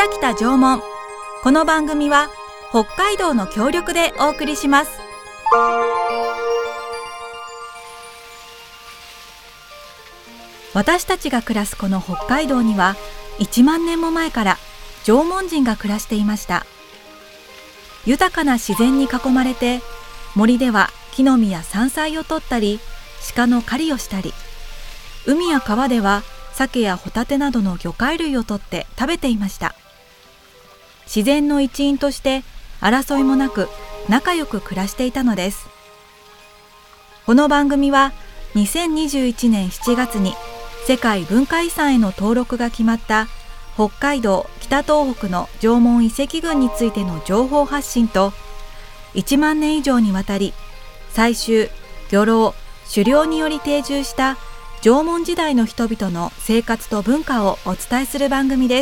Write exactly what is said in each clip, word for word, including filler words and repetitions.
北北縄文。この番組は北海道の協力でお送りします。私たちが暮らすこの北海道にはいちまんねんも前から縄文人が暮らしていました。豊かな自然に囲まれて、森では木の実や山菜を取ったり、鹿の狩りをしたり、海や川では鮭やホタテなどの魚介類を取って食べていました。自然の一員として争いもなく仲良く暮らしていたのです。この番組はにせんにじゅういちねんしちがつに世界文化遺産への登録が決まった北海道北東北の縄文遺跡群についての情報発信と、いちまんねん以上にわたり採集、漁労、狩猟により定住した縄文時代の人々の生活と文化をお伝えする番組です。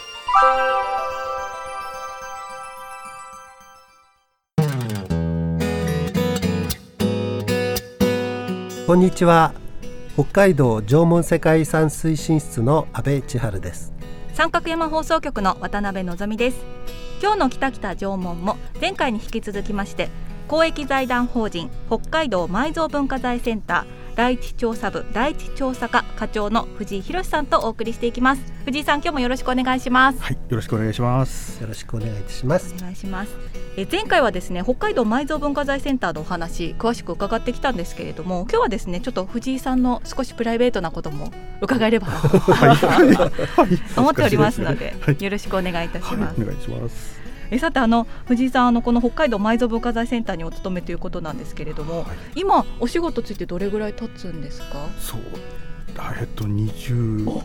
こんにちは。北海道縄文世界遺産推進室の阿部千春です。 三角山放送局の渡辺のぞみです。今日の北北縄文も前回に引き続きまして、公益財団法人北海道埋蔵文化財センター第一調査部第一調査課課長の藤井博さんとお送りしていきます。藤井さん、今日もよろしくお願いします。 はい、よろしくお願いします。 よろしくお願いいたします。 お願いします。え前回はですね、北海道埋蔵文化財センターのお話詳しく伺ってきたんですけれども、今日はですね、ちょっと藤井さんの少しプライベートなことも伺えればと思っておりますので、はい、よろしくお願いいたします。 はい、お願いします。 えさて、あの藤井さん、あのこの北海道埋蔵文化財センターにお勤めということなんですけれども、はい、今お仕事ついてどれぐらい経つんですか？ そう、えっとにじゅうな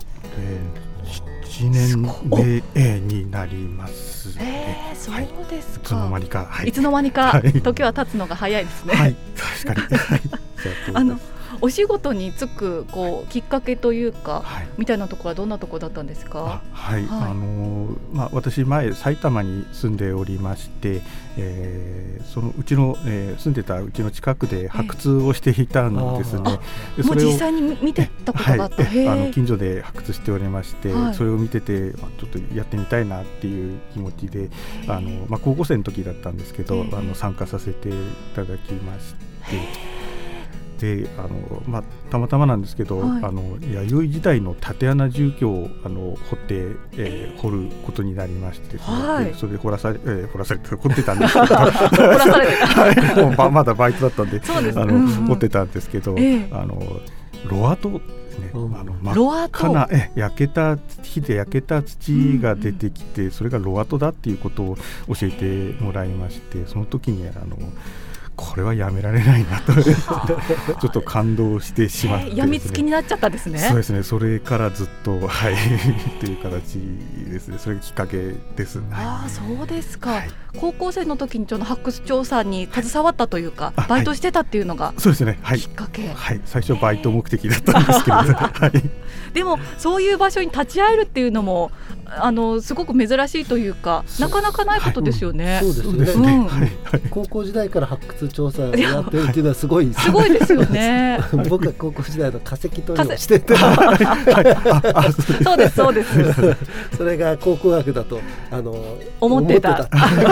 なねんめになりますね。 えー、そうですか。 はい、いつの間にか、はい、 いつの間にか、はい、時は経つのが早いですね。 はい、確かに。はい、 あのお仕事に就くこう、はい、きっかけというか、 はい、 みたいなところはどんなところだったんですか？ はい、はい、あのまあ、私前埼玉に住んでおりまして、えー、そのうちの、えー、住んでたうちの近くで発掘をしていたんですね。 でもう実際に見てたことがあった、はい、 あの近所で発掘しておりまして、はい、それを見てて、まあ、ちょっとやってみたいなっていう気持ちで、あの、まあ、高校生の時だったんですけど、あの参加させていただきまして、であのまあ、たまたまなんですけど、はい、あの弥生時代の竪穴住居をあの掘って、えー、掘ることになりましてですね、はい、でそれで掘らされ、えー、掘らされて掘ってたんですけど掘らされてた、 はい、もうまだバイトだったんで、 そうです、 あの、 うんうん、 掘ってたんですけど、えー、あのロアトですね、うん、あの真っ赤なえ焼けた火で焼けた土が出てきて、うんうん、それがロアトだっていうことを教えてもらいまして、その時にあのこれはやめられないなとちょっと感動してしまって、ね、 やみつきになっちゃったですね。 そうですね、それからずっとはいという形ですね。それがきっかけですね。 ああ、そうですか、はい、高校生の時にちょっと発掘調査に携わったというか、はい、バイトしてたっていうのが、はい、 そうですね、はい、 きっかけ、 はい、最初バイト目的だったんですけど、はい、 でもそういう場所に立ち会えるっていうのもあのすごく珍しいというか、なかなかないことですよね。 はい、うん、そうですね、うん、はい、高校時代から発掘調査をやってるっていうのはすごいすごいですよね。 僕は高校時代の化石取りをしててそうですそうですそれが考古学だとあの思ってた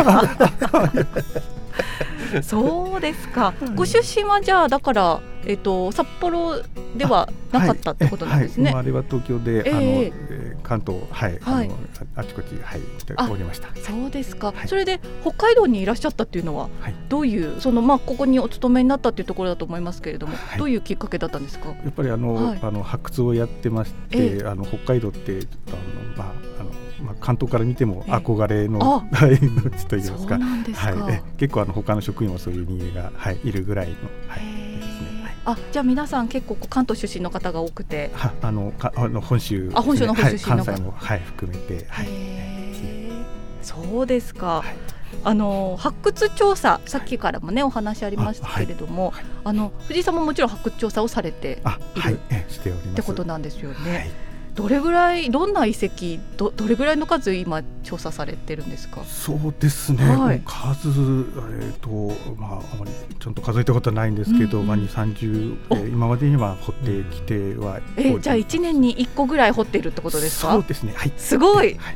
そうですか。ご出身はじゃあだから、えー、と札幌ではなかったってことなんですね。 はいはい、生まれは東京で、えー、あのえー、関東、はいはい、あのあちこち、はい、おりました。 そうですか、 はい、 それで北海道にいらっしゃったっていうのは、はい、どういうその、まあ、ここにお勤めになったっていうところだと思いますけれども、はい、どういうきっかけだったんですか？ やっぱりあの、はい、あの発掘をやってまして、えー、あの北海道ってあの、まああのまあ、関東から見ても憧れの大の地といいますか、はい、結構あの他の職員もそういう人間が、はい、いるぐらいの、はい、ですね。 あ、じゃあ皆さん結構関東出身の方が多くて、 はあのかあの本州、ね、 あ本州の方出身の方、 はい、関西も、はい、含めて、はい、 そうですか。はい、あの発掘調査、さっきからもねお話ありましたけれども、はいはい、あの藤井さんももちろん発掘調査をされている、 はい、しておりますってことなんですよね。 はい、 どれぐらい、どんな遺跡 ど, どれぐらいの数今調査されてるんですか？ そうですね、はい、数、えーとまあ、あまりちゃんと数えたことはないんですけど、うんうん、まあ、にじゅう、さんじゅう、えー、今までには掘ってきては、 えー、じゃあいちねんにいっこぐらい掘っているってことですか？ そうですね、はい、 すごい、 はい、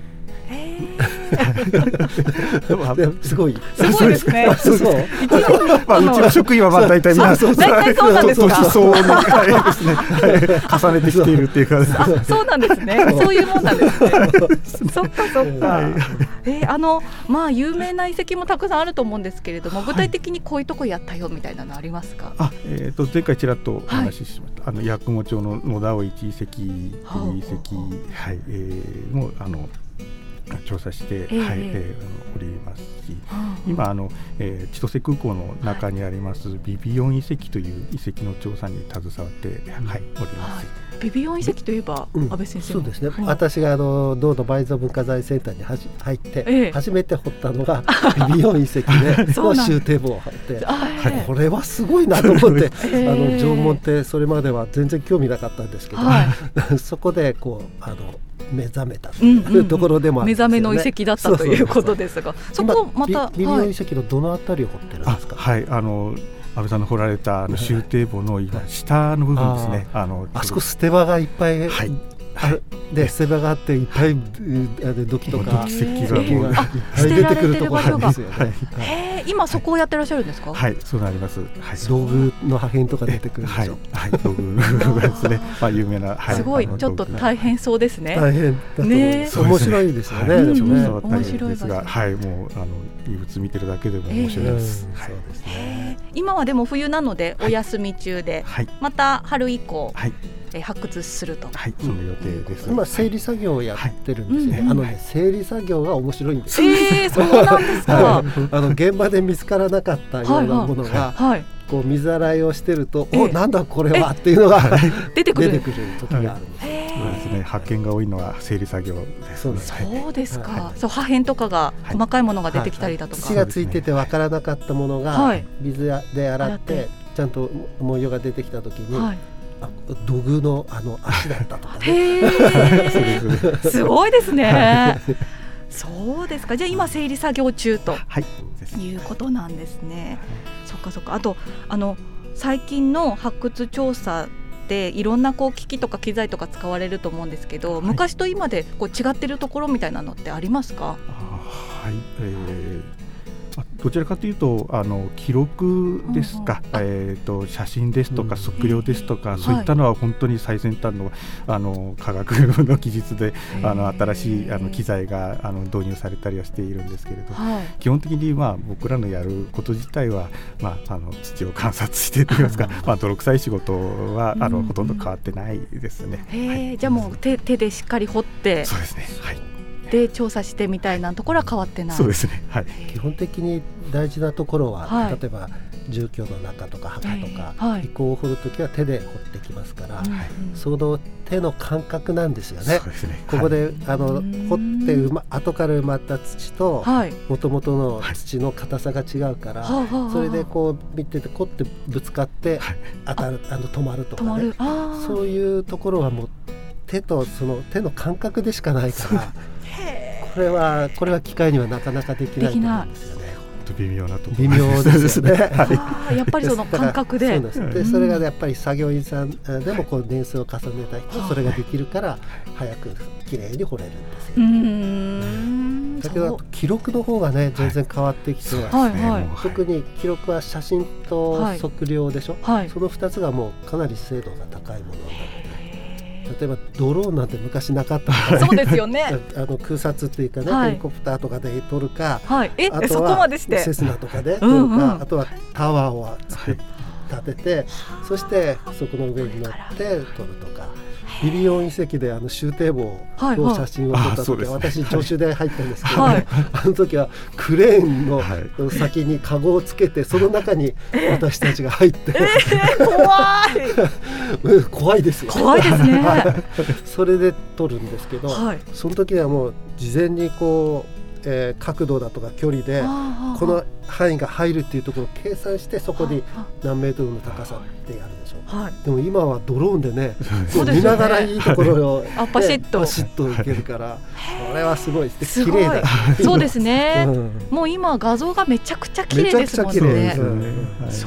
すごいすごいですね。 そうそうまあ、うちの職員はまあ大体皆さん大体そうなんですか。 年相応のですね、重ねてきているっていうか、 あ、そうなんですね。そういうもんなんですね。そっかそっか。えー、あのまあ有名な遺跡もたくさんあると思うんですけれども、具体的にこういうとこやったよみたいなのありますか。 あ、えー、と前回ちらっとお話ししました、はい、あの八雲町の野田尾一遺跡という遺跡、はいえー、もあの調査して、えーはいえー、おりますし、今あの、えー、千歳空港の中にあります、はい、ビビオン遺跡という遺跡の調査に携わって、はい、おります。 ビビオン遺跡といえば、うん、安倍先生もそうですね、 はい、 私があの道の埋蔵文化財センターにはじ入って、ええ、初めて掘ったのがビビオン遺跡での終堤防を張って、はい、これはすごいなと思って、えー、あの縄文ってそれまでは全然興味なかったんですけど、はい、そこでこうあの目覚めたというところでもあるんですよね、 うんうんうん、目覚めの遺跡だったということですが、そこまたビビオン遺跡のどのあたりを掘ってるんですか。 はい、あの安倍さんの掘られたあの終堤防の今下の部分ですね。 あ, あ, のあそこ捨て場がいっぱい、はいはい、で捨て場があっていっぱい土器とか石器がいっぱい出てくるところなんですよね。はいへー、今そこをやってらっしゃるんですか。 はい、そうなります。はい、 道具の破片とか出てくるんでしょ。 はい、はい、道具ですね。まあ有名な、はい、 すごいちょっと大変そうですね。 大変だと思います。面白いですよね。 はい、 でもね、 面白いですが、はい、もうあの遺物見てるだけでも面白いです。 えー、そうですね。 今はでも冬なのでお休み中で、はい、また春以降、はい、え発掘すると、 はい、その予定です。 今整理作業をやってるんですね、はい、あのね整理作業が面白いんですよ。えー、そうなんですか。 はい、あの現場で見つからなかったようなものが、はいはい、こう水洗いをしてると、えー、おなんだこれはっていうのが出てくる時があるんです。はい、 そうですね、発見が多いのは整理作業ですね。 そうですか、はい、そう破片とかが細かいものが出てきたりだとか、 土がついてて分からなかったものが水で洗ってちゃんと模様が出てきた時に、はい、あ土偶のあの足だったとかね。 へすごいですね。そうですか。じゃあ今整理作業中と、はい、いうことなんですね。そっかそっか。あとあの最近の発掘調査でいろんなこう機器とか機材とか使われると思うんですけど、はい、昔と今でこう違ってるところみたいなのってありますか。 あ、はい、えー、どちらかというとあの記録ですか、うんうん、えー、と写真ですとか測量ですとか、うん、そういったのは本当に最先端の、あの科学の技術であの新しいあの機材があの導入されたりはしているんですけれど、はい、基本的に、まあ、僕らのやること自体は、まあ、あの土を観察してといいますか、まあ、泥臭い仕事はあの、うん、ほとんど変わってないですね。 へ、はい、じゃあもう 手, 手でしっかり掘って、 そうですね、はい、 で調査してみたいなところは変わってない。 そうですね、はい、 基本的に大事なところは、はい、例えば住居の中とか墓とか、はい、遺構を掘るときは手で掘ってきますから、はい、その手の感覚なんですよね。そうですね、ここで、はい、あの掘ってう、ま、後から埋まった土ともともとの土の硬さが違うから、はい、それでこう見ててこってぶつかって当たる、あの止まるとかね、そういうところはもう手とその手の感覚でしかないから、これはこれは機械にはなかなかできないと思うんですよね。 微妙なところ微妙ですね。 はい、やっぱりその感覚で、 そうです。でそれがやっぱり作業員さんでもこう年数を重ねた人はそれができるから早くきれいに掘れるんですよ。うーん、だけど記録の方がね全然変わってきて、はいはい、特に記録は写真と測量でしょ、はい、そのふたつがもうかなり精度が高いものになって、例えばドローンなんて昔なかったから、 そうですよね。 あの空撮っていうかね、はい、ヘリコプターとかで撮るか、 はい、えあとはそこまでしてセスナとかで撮るか、うんうん、あとはタワーを作って立てて、そしてそこの上に乗って撮るとか、ビビオン遺跡であの終堤防の写真を撮った時は、はいはい、私助手で入ったんですけど、はい、あの時はクレーンの先にカゴをつけて、その中に私たちが入って、 えー、怖い怖いですよ。 怖いですね。はい、 それで撮るんですけど、はい、その時はもう事前にこう、えー、角度だとか距離でこの範囲が入るっていうところを計算して、そこに何メートルの高さってやるでしょう、はい、でも今はドローンでね、見ながらいいところを、ね、 あパシッとパシッといけるから、これはすごいです。綺麗だ。 そうですね、うん、もう今画像がめちゃくちゃ綺麗ですもんね。 めちゃくちゃ綺麗です、うん、 そう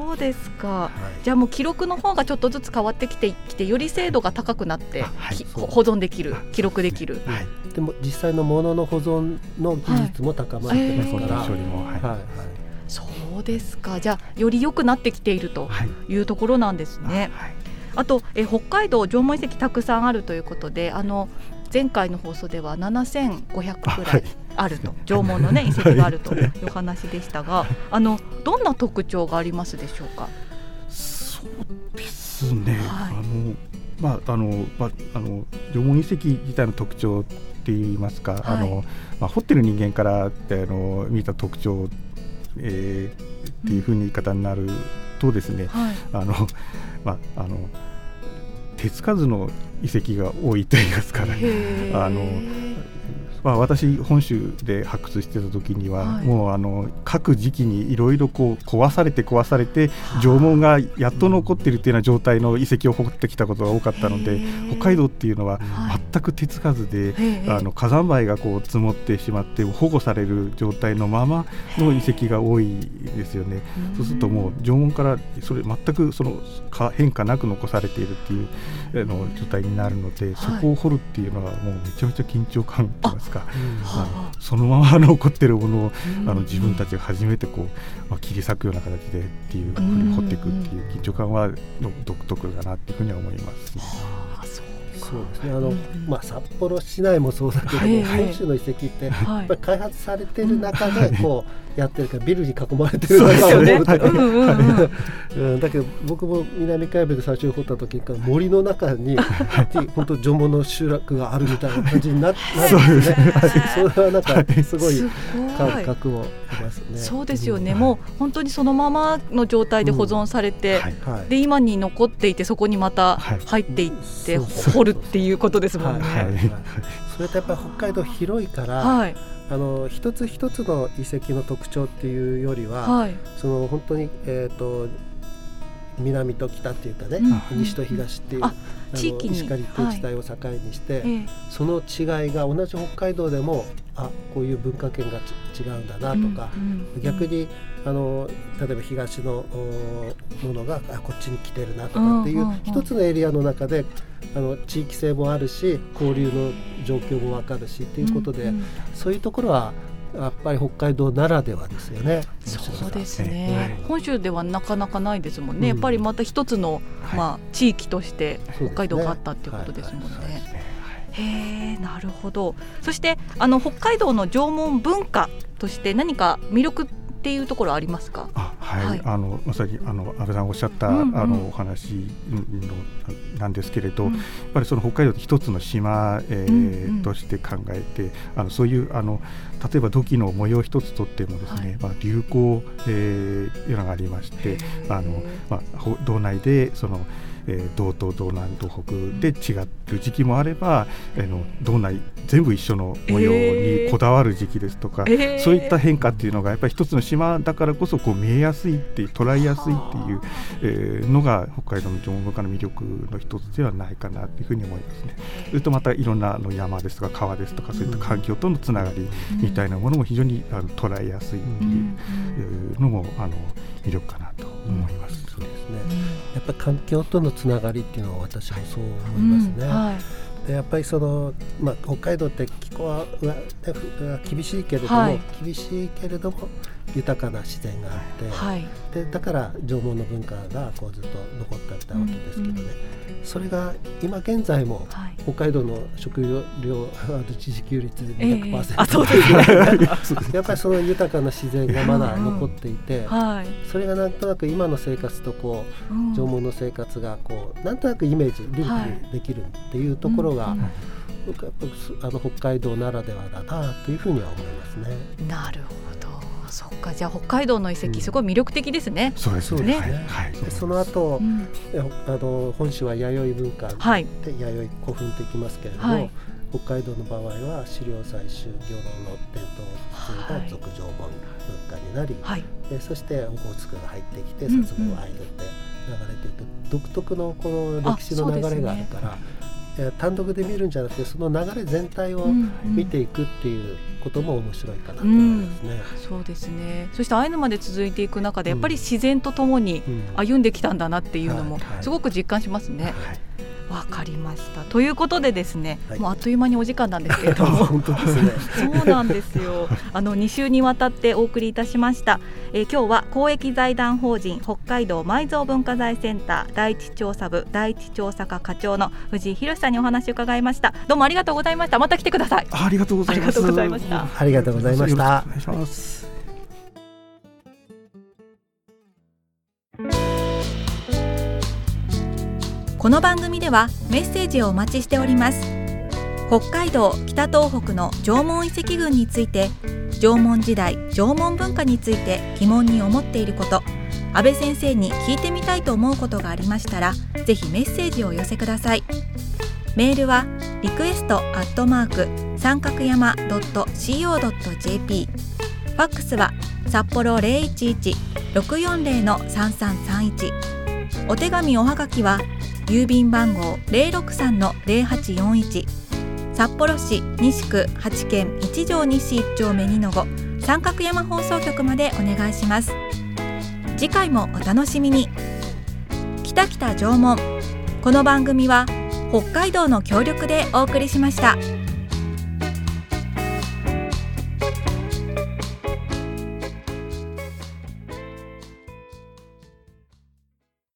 そうですか、はい、じゃあもう記録の方がちょっとずつ変わってきてきてより精度が高くなって、はい、保存できる記録できる、 はい、でも実際のものの保存の技術も高まってますから、はいえーはいはい、そうですか。じゃあより良くなってきているというところなんですね、はいはい、あとえ北海道縄文遺跡たくさんあるということで、あの前回の放送ではななせんごひゃくくらいあると、縄文の、ね、遺跡があるというお話でしたが、あのどんな特徴がありますでしょうか。 そうですね、はい、あのまああのまあ、あの縄文遺跡自体の特徴っていいますか、はい、あのまあ、掘ってる人間からってあの見た特徴、えー、っていうふうに言い方になるとですね、はい、あのまああの手つかずの遺跡が多いといいますか、ね、あのまあ、私本州で発掘してた時には、はい、もうあの各時期にいろいろ壊されて壊されて縄文がやっと残っているというような状態の遺跡を掘ってきたことが多かったので、北海道っていうのは全く手つかずで、はい、あの火山灰がこう積もってしまって保護される状態のままの遺跡が多いですよね。そうするともう縄文からそれ全くその変化なく残されているっていうあの状態になるので、そこを掘るっていうのはもうめちゃめちゃ緊張感といいますか、あのそのまま残っているものをあの自分たちが初めてこう、まあ、切り裂くような形でっていうふうに掘っていくっていう緊張感は独特だなっていうふうには思いますね。 そうですね、あの、まあ、札幌市内もそうだけども、はい、本州の遺跡ってやっぱり開発されてる中でこうやってるからビルに囲まれてる中を掘ると、だけど僕も南海部で最初に掘った時から森の中に本当縄文の集落があるみたいな感じになってね、それはなんかすごい感覚を得ますね。 そうですよね、うん、もう本当にそのままの状態で保存されて、うんはい、で今に残っていてそこにまた入っていって、はい、掘るっていうことですもんね。はいはい、 それとやっぱり北海道広いから、はい、あの一つ一つの遺跡の特徴っていうよりは、はい、その本当に、えーと、南と北っていうかね、うん、西と東っていう、ああの地域に石狩低地帯を境にして、はい、その違いが同じ北海道でもあこういう文化圏が違うんだなとか、うんうん、逆にあの例えば東のものがあこっちに来てるなとかっていう、うんうんうん、一つのエリアの中であの地域性もあるし交流の状況も分かるしということで、うんうん、そういうところはやっぱり北海道ならではですよね。 そうですね、うん、本州ではなかなかないですもんね、うん、やっぱりまた一つの、はい、まあ、地域として北海道があったっていうことですもんね。へー、なるほど。そしてあの北海道の縄文文化として何か魅力っていうところありますか。 あ、はいはい、あのまさにあの安倍さんおっしゃった、うんうん、あのお話のなんですけれど、うん、やっぱりその北海道って一つの島、えーうんうん、として考えて、あのそういうあの例えば土器の模様一つとってもですね、はい、まあ、流行、えー、いうのがありまして、あの、まあ、道内でそのえー、道東道南東北で違う時期もあれば、えー、の道内全部一緒の模様にこだわる時期ですとか、えー、そういった変化っていうのがやっぱり一つの島だからこそこう見えやすいっていう捉えやすいっていう、えー、のが北海道の縄文文化の魅力の一つではないかなというふうに思いますね。それとまたいろんなあの山ですとか川ですとかそういった環境とのつながりみたいなものも非常にあの捉えやすいっていうのもあの魅力かなと思います。うん、 そうですね、やっぱり環境とのつながりっていうのは私もそう思いますね。うん、はい、でやっぱりその、まあ、北海道って気候は厳しいけれども、はい、厳しいけれども豊かな自然があって、はい、でだから縄文の文化がこうずっと残っていたわけですけどね、うんうん、それが今現在も北海道の食料自給率で にひゃくパーセント、えー、あそうですねやっぱりその豊かな自然がまだ残っていて、うんうん、はい、それがなんとなく今の生活とこう、うん、縄文の生活がこうなんとなくイメージリンクできるっていうところが、はい、うんうん、僕はあの北海道ならではだなというふうには思いますね。 なるほど、そっか、じゃあ北海道の遺跡、うん、すごい魅力的ですね。 そうですね、はい、 でその後、うん、あの本州は弥生文化で、はい、弥生古墳といきますけれども、はい、北海道の場合は資料採集漁労の伝統技術が俗縄文文化になり、はい、でそしてオホーツクが入ってきて薩摩をアイヌって流れていく、うんうん、独特のこの歴史の流れがあるから、 単独で見るんじゃなくてその流れ全体を見ていくっていうことも面白いかなと思いますね、 うん、そうですね。そしてアイヌまで続いていく中でやっぱり自然とともに歩んできたんだなっていうのもすごく実感しますね。わかりました。ということでですね、はい、もうあっという間にお時間なんですけれども本当ですね。 そうなんですよ。あのに週にわたってお送りいたしました。えー、今日は公益財団法人北海道埋蔵文化財センター第一調査部第一調査課課長の藤井博さんにお話を伺いました。どうもありがとうございました。また来てください。 ありがとうございます。 ありがとうございました。 ありがとうございました。 お願いします。 この番組ではメッセージをお待ちしております。北海道北東北の縄文遺跡群について、縄文時代縄文文化について疑問に思っていること、安倍先生に聞いてみたいと思うことがありましたら、ぜひメッセージをお寄せください。メールはリクエストアットマーク三角山 ドット シーオー ドット ジェーピー、 ファックスは札幌 ゼロいちいち ろくよんゼロ さんさんさんいち、お手紙おはがきは郵便番号 ゼロろくさん ゼロはちよんいち、 札幌市西区はちけんいち条西いっ丁目にのご三角山放送局までお願いします。次回もお楽しみに。北北縄文、この番組は北海道の協力でお送りしました。